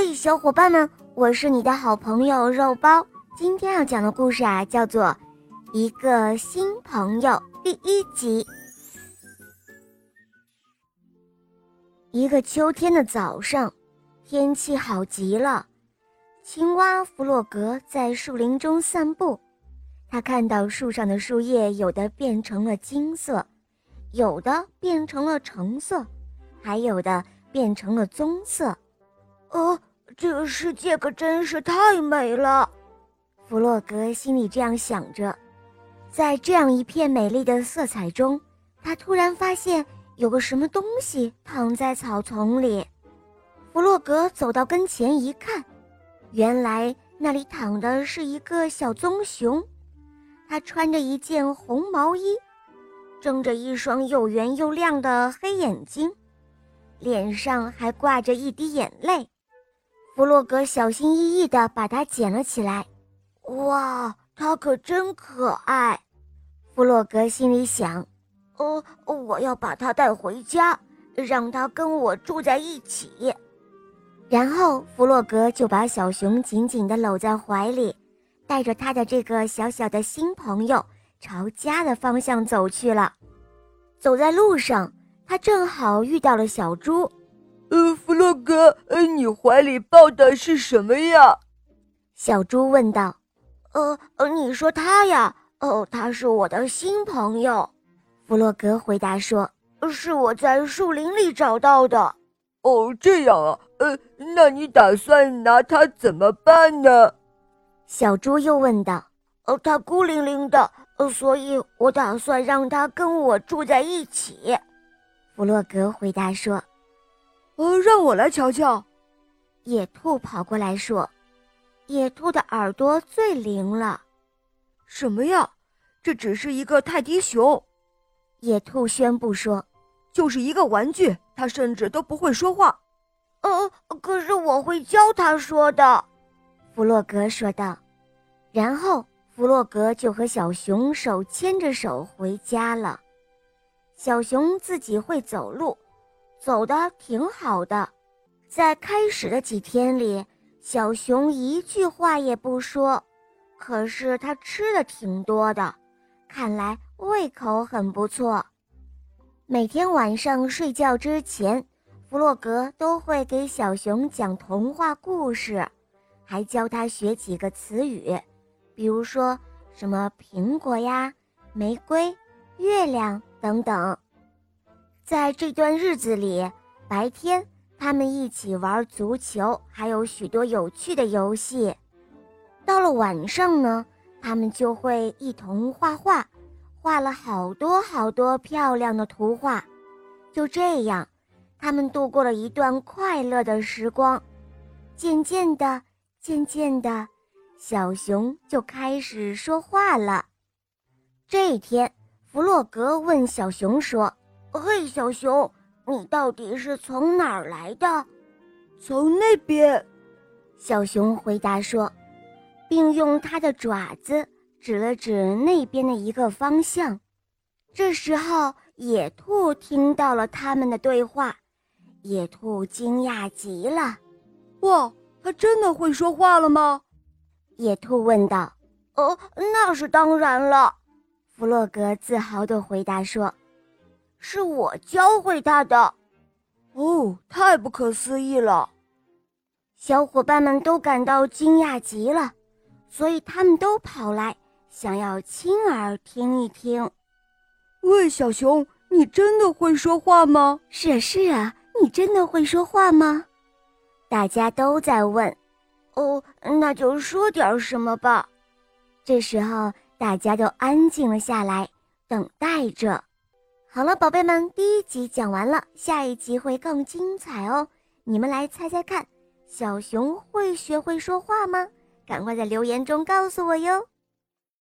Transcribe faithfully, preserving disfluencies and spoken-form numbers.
嘿，小伙伴们，我是你的好朋友肉包。今天要讲的故事啊，叫做《一个新朋友》第一集。一个秋天的早上，天气好极了。青蛙弗洛格在树林中散步，他看到树上的树叶有的变成了金色，有的变成了橙色，还有的变成了棕色。哦，这个世界可真是太美了，弗洛格心里这样想着。在这样一片美丽的色彩中，他突然发现有个什么东西躺在草丛里。弗洛格走到跟前一看，原来那里躺的是一个小棕熊，它穿着一件红毛衣，睁着一双又圆又亮的黑眼睛，脸上还挂着一滴眼泪。弗洛格小心翼翼地把它捡了起来。哇，它可真可爱，弗洛格心里想。哦，我要把它带回家，让它跟我住在一起。然后弗洛格就把小熊紧紧地搂在怀里，带着他的这个小小的新朋友朝家的方向走去了。走在路上，他正好遇到了小猪。 呃，弗洛格，呃，你怀里抱的是什么呀？ 小猪问道。呃，呃你说他呀？哦，他是我的新朋友。弗洛格回答说，是我在树林里找到的。 哦，这样啊，呃，那你打算拿它怎么办呢？ 小猪又问道。呃，他孤零零的，呃，所以我打算让他跟我住在一起。弗洛格回答说。 呃，让我来瞧瞧。 野兔跑过来说。野兔的耳朵最灵了。 什么呀？这只是一个泰迪熊。 野兔宣布说。 就是一个玩具，它甚至都不会说话。 呃，可是我会教它说的，弗洛格说道。然后弗洛格就和小熊手牵着手回家了。小熊自己会走路，走得挺好的。在开始的几天里，小熊一句话也不说，可是它吃的挺多的，看来胃口很不错。每天晚上睡觉之前，弗洛格都会给小熊讲童话故事，还教他学几个词语，比如说什么苹果呀、玫瑰、月亮等等。在这段日子里，白天他们一起玩足球，还有许多有趣的游戏。到了晚上呢，他们就会一同画画，画了好多好多漂亮的图画。就这样，他们度过了一段快乐的时光。渐渐的，渐渐的，小熊就开始说话了。这一天，弗洛格问小熊说：嘿，小熊，你到底是从哪儿来的？ 从那边， 小熊回答说，并用它的爪子指了指那边的一个方向。这时候，野兔听到了他们的对话，野兔惊讶极了。 哇，它真的会说话了吗？ 野兔问道。哦，那是当然了，弗洛格自豪地回答说，是我教会它的。 哦，太不可思议了。 小伙伴们都感到惊讶极了，所以他们都跑来，想要亲耳听一听。 喂，小熊，你真的会说话吗？ 是啊，是啊，你真的会说话吗？大家都在问。哦，那就说点什么吧。这时候，大家都安静了下来，等待着。好了，宝贝们，第一集讲完了，下一集会更精彩哦。你们来猜猜看，小熊会学会说话吗？赶快在留言中告诉我哟。